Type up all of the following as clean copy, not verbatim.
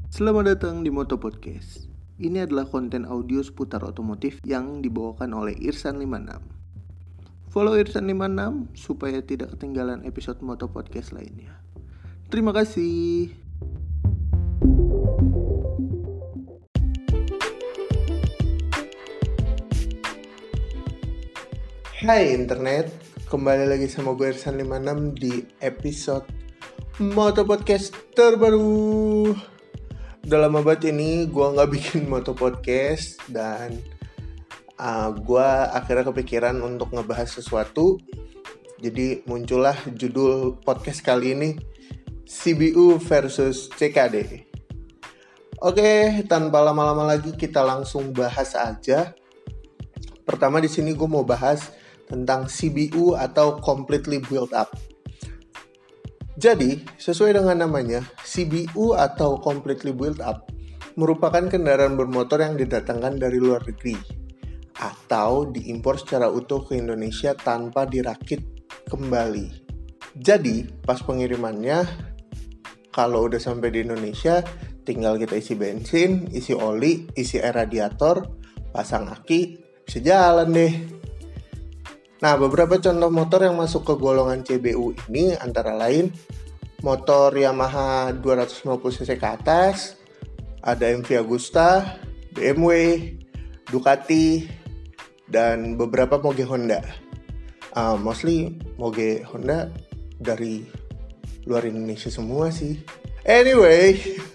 Selamat datang di Moto Podcast. Ini adalah konten audio seputar otomotif yang dibawakan oleh Irsan56. Follow Irsan56 supaya tidak ketinggalan episode Moto Podcast lainnya. Terima kasih. Hai internet, kembali lagi sama gue Irsan56 di episode Moto Podcast terbaru. Udah lama banget ini gue gak bikin Moto Podcast. Dan gue akhirnya kepikiran untuk ngebahas sesuatu. Jadi muncullah judul podcast kali ini, CBU versus CKD. Oke, tanpa lama-lama lagi kita langsung bahas aja. Pertama di sini gue mau bahas tentang CBU atau Completely Built Up. Jadi, sesuai dengan namanya, CBU atau Completely Built Up merupakan kendaraan bermotor yang didatangkan dari luar negeri atau diimpor secara utuh ke Indonesia tanpa dirakit kembali. Jadi, pas pengirimannya, kalau udah sampai di Indonesia, tinggal kita isi bensin, isi oli, isi air radiator, pasang aki, bisa jalan deh. Nah, beberapa contoh motor yang masuk ke golongan CBU ini antara lain motor Yamaha 250cc ke atas, ada MV Agusta, BMW, Ducati, dan beberapa moge Honda. Mostly moge Honda dari luar Indonesia semua sih. Anyway,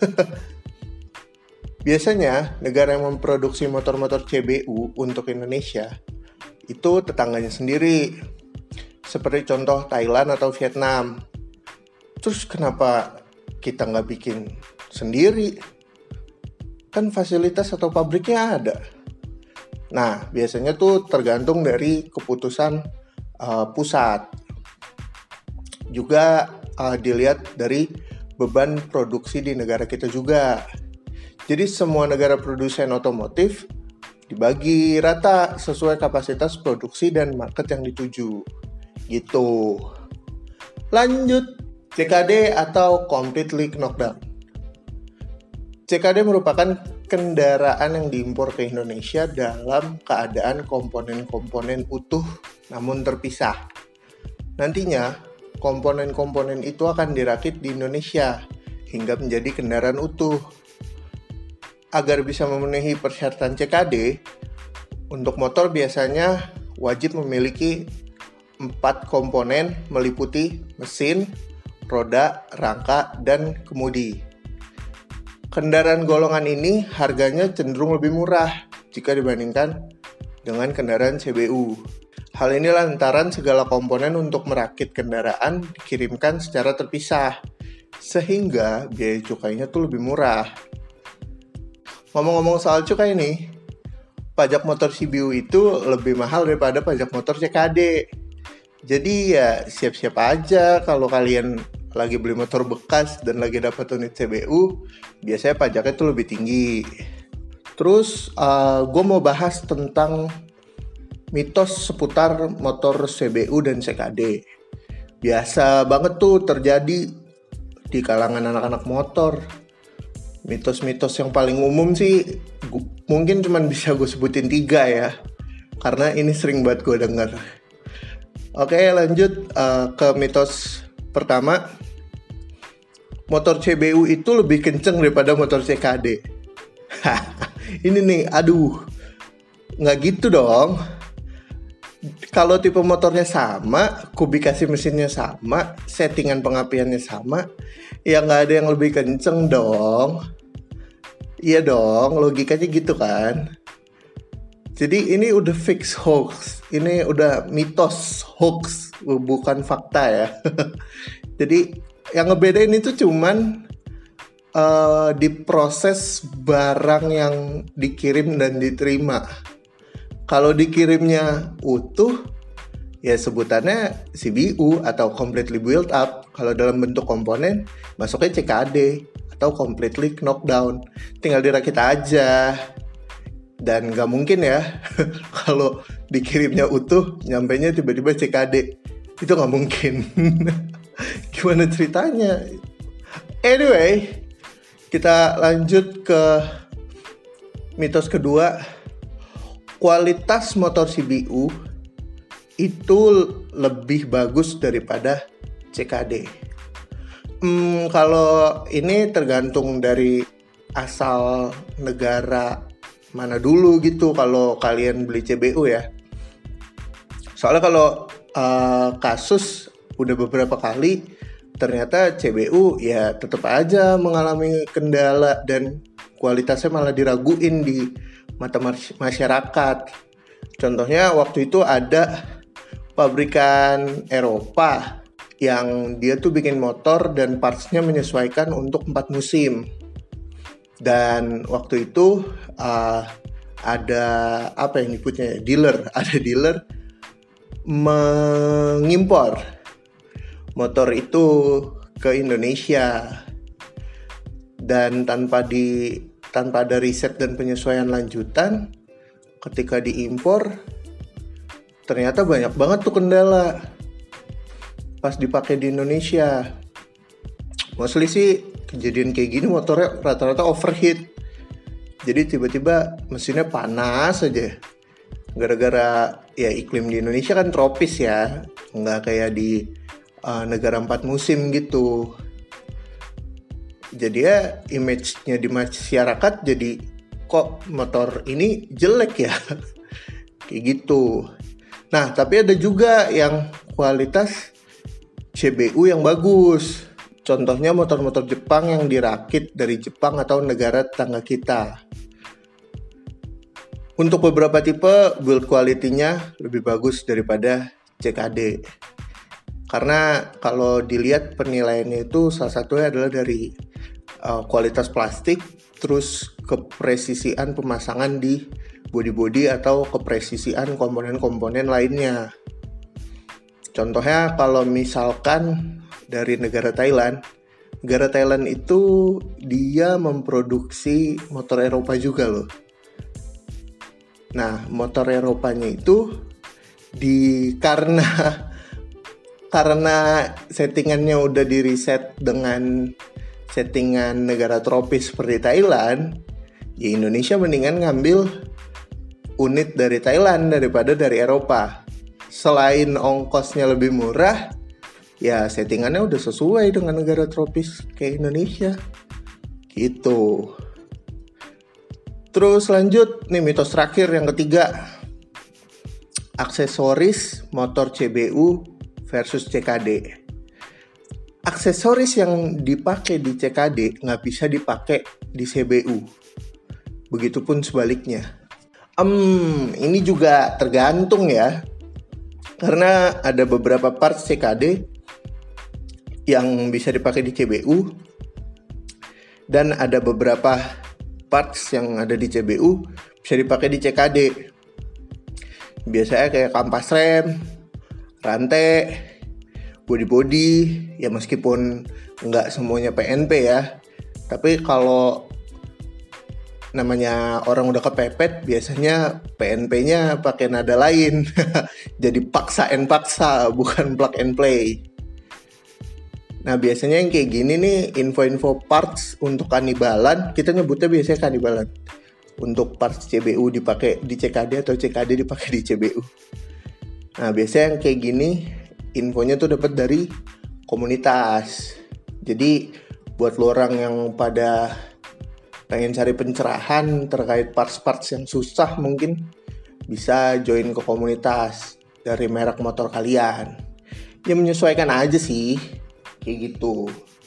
biasanya negara yang memproduksi motor-motor CBU untuk Indonesia itu tetangganya sendiri, seperti contoh Thailand atau Vietnam. Terus kenapa kita nggak bikin sendiri? Kan fasilitas atau pabriknya ada. Nah, biasanya tuh tergantung dari keputusan pusat. Juga dilihat dari beban produksi di negara kita juga. Jadi semua negara produsen otomotif dibagi rata sesuai kapasitas produksi dan market yang dituju. Gitu. Lanjut, CKD atau Completely Knockdown. CKD merupakan kendaraan yang diimpor ke Indonesia dalam keadaan komponen-komponen utuh namun terpisah. Nantinya, komponen-komponen itu akan dirakit di Indonesia hingga menjadi kendaraan utuh. Agar bisa memenuhi persyaratan CKD, untuk motor biasanya wajib memiliki 4 komponen meliputi mesin, roda, rangka, dan kemudi. Kendaraan golongan ini harganya cenderung lebih murah jika dibandingkan dengan kendaraan CBU. Hal ini lantaran segala komponen untuk merakit kendaraan dikirimkan secara terpisah, sehingga biaya cukainya tuh lebih murah. Ngomong-ngomong soal cukai nih, pajak motor CBU itu lebih mahal daripada pajak motor CKD. Jadi ya siap-siap aja kalau kalian lagi beli motor bekas dan lagi dapat unit CBU, biasanya pajaknya tuh lebih tinggi. Terus gue mau bahas tentang mitos seputar motor CBU dan CKD. Biasa banget tuh terjadi di kalangan anak-anak motor. Mitos-mitos yang paling umum sih mungkin cuma bisa gue sebutin 3 ya, karena ini sering banget gue denger. Oke, lanjut ke mitos pertama. Motor CBU itu lebih kenceng daripada motor CKD. Ini nih, aduh, nggak gitu dong. Kalau tipe motornya sama, kubikasi mesinnya sama, settingan pengapiannya sama, ya nggak ada yang lebih kenceng dong. Iya dong, logikanya gitu kan. Jadi ini udah fix hoax. Ini udah mitos hoax, bukan fakta ya. Jadi yang ngebedain itu cuman diproses barang yang dikirim dan diterima. Kalau dikirimnya utuh, ya sebutannya CBU atau Completely Built Up. Kalau dalam bentuk komponen, masuknya CKD atau Completely Knockdown. Tinggal dirakit aja. Dan gak mungkin ya, kalau dikirimnya utuh, nyampainya tiba-tiba CKD. Itu gak mungkin. Gimana ceritanya? Anyway, Kita lanjut ke mitos kedua. Kualitas motor CBU itu lebih bagus daripada CKD. Kalau ini tergantung dari asal negara mana dulu gitu kalau kalian beli CBU ya. Soalnya kalau kasus udah beberapa kali ternyata CBU ya tetap aja mengalami kendala dan kualitasnya malah diraguin di mata masyarakat. Contohnya waktu itu ada pabrikan Eropa yang dia tuh bikin motor dan partsnya menyesuaikan untuk 4 musim. Dan waktu itu ada apa yang nyebutnya ada dealer mengimpor motor itu ke Indonesia dan tanpa ada riset dan penyesuaian lanjutan, ketika diimpor ternyata banyak banget tuh kendala pas dipakai di Indonesia. Mostly sih kejadian kayak gini motornya rata-rata overheat. Jadi tiba-tiba mesinnya panas aja. Gara-gara ya iklim di Indonesia kan tropis ya, nggak kayak di negara 4 musim gitu. Jadi ya image-nya di masyarakat jadi kok motor ini jelek ya. Kayak gitu. Nah, tapi ada juga yang kualitas CBU yang bagus. Contohnya motor-motor Jepang yang dirakit dari Jepang atau negara tetangga kita. Untuk beberapa tipe, build quality-nya lebih bagus daripada CKD. Karena kalau dilihat penilaiannya itu salah satunya adalah dari kualitas plastik, terus kepresisian pemasangan di body-body atau kepresisian komponen-komponen lainnya. Contohnya kalau misalkan dari negara Thailand itu dia memproduksi motor Eropa juga loh. Nah, motor Eropanya itu karena settingannya udah di reset dengan settingan negara tropis seperti Thailand, ya Indonesia mendingan ngambil unit dari Thailand daripada dari Eropa. Selain ongkosnya lebih murah, ya settingannya udah sesuai dengan negara tropis kayak Indonesia. Gitu. Terus lanjut, nih mitos terakhir yang ketiga. Aksesoris motor CBU versus CKD. Aksesoris yang dipakai di CKD nggak bisa dipakai di CBU. Begitupun sebaliknya. Ini juga tergantung ya. Karena ada beberapa parts CKD yang bisa dipakai di CBU. Dan ada beberapa parts yang ada di CBU bisa dipakai di CKD. Biasanya kayak kampas rem, rantai, body-body, ya meskipun nggak semuanya PNP ya. Tapi kalau namanya orang udah kepepet, biasanya PNP-nya pakai nada lain. Jadi paksa bukan plug and play. Nah biasanya yang kayak gini nih, info-info parts untuk kanibalan, kita nyebutnya biasanya kanibalan. Untuk parts CBU dipakai di CKD atau CKD dipakai di CBU. Nah biasanya yang kayak gini, infonya tuh dapat dari komunitas. Jadi buat lo orang yang pada pengen cari pencerahan terkait parts-parts yang susah, mungkin bisa join ke komunitas dari merek motor kalian. Ya menyesuaikan aja sih, kayak gitu.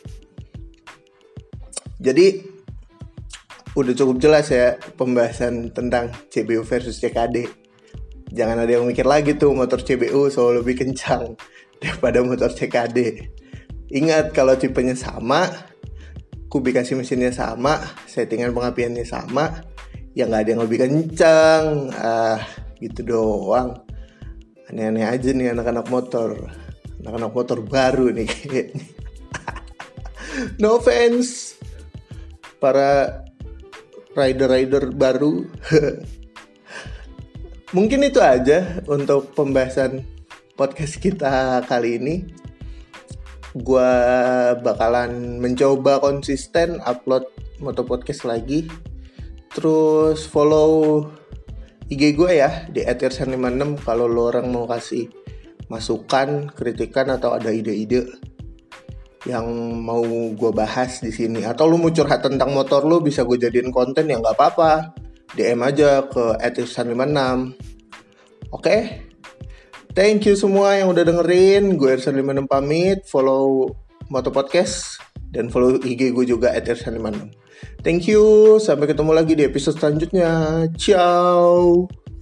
Jadi udah cukup jelas ya pembahasan tentang CBU versus CKD. Jangan ada yang mikir lagi tuh motor CBU selalu lebih kencang daripada motor CKD. Ingat kalau tipenya sama, kubikasi mesinnya sama, settingan pengapiannya sama, ya nggak ada yang lebih kencang. Gitu doang. Aneh-aneh aja nih anak-anak motor baru nih kayaknya. No offense para rider baru. Mungkin itu aja untuk pembahasan podcast kita kali ini. Gua bakalan mencoba konsisten upload Moto Podcast lagi. Terus follow IG gue ya di @irsan56 kalau lo orang mau kasih masukan, kritikan atau ada ide-ide yang mau gue bahas di sini, atau lu mau curhat tentang motor lu bisa gue jadiin konten ya nggak apa-apa. DM aja ke @irsan56. Oke. Thank you semua yang udah dengerin. Gue Irsan56 pamit. Follow Moto Podcast dan follow IG gue juga @irsan56. Thank you. Sampai ketemu lagi di episode selanjutnya. Ciao.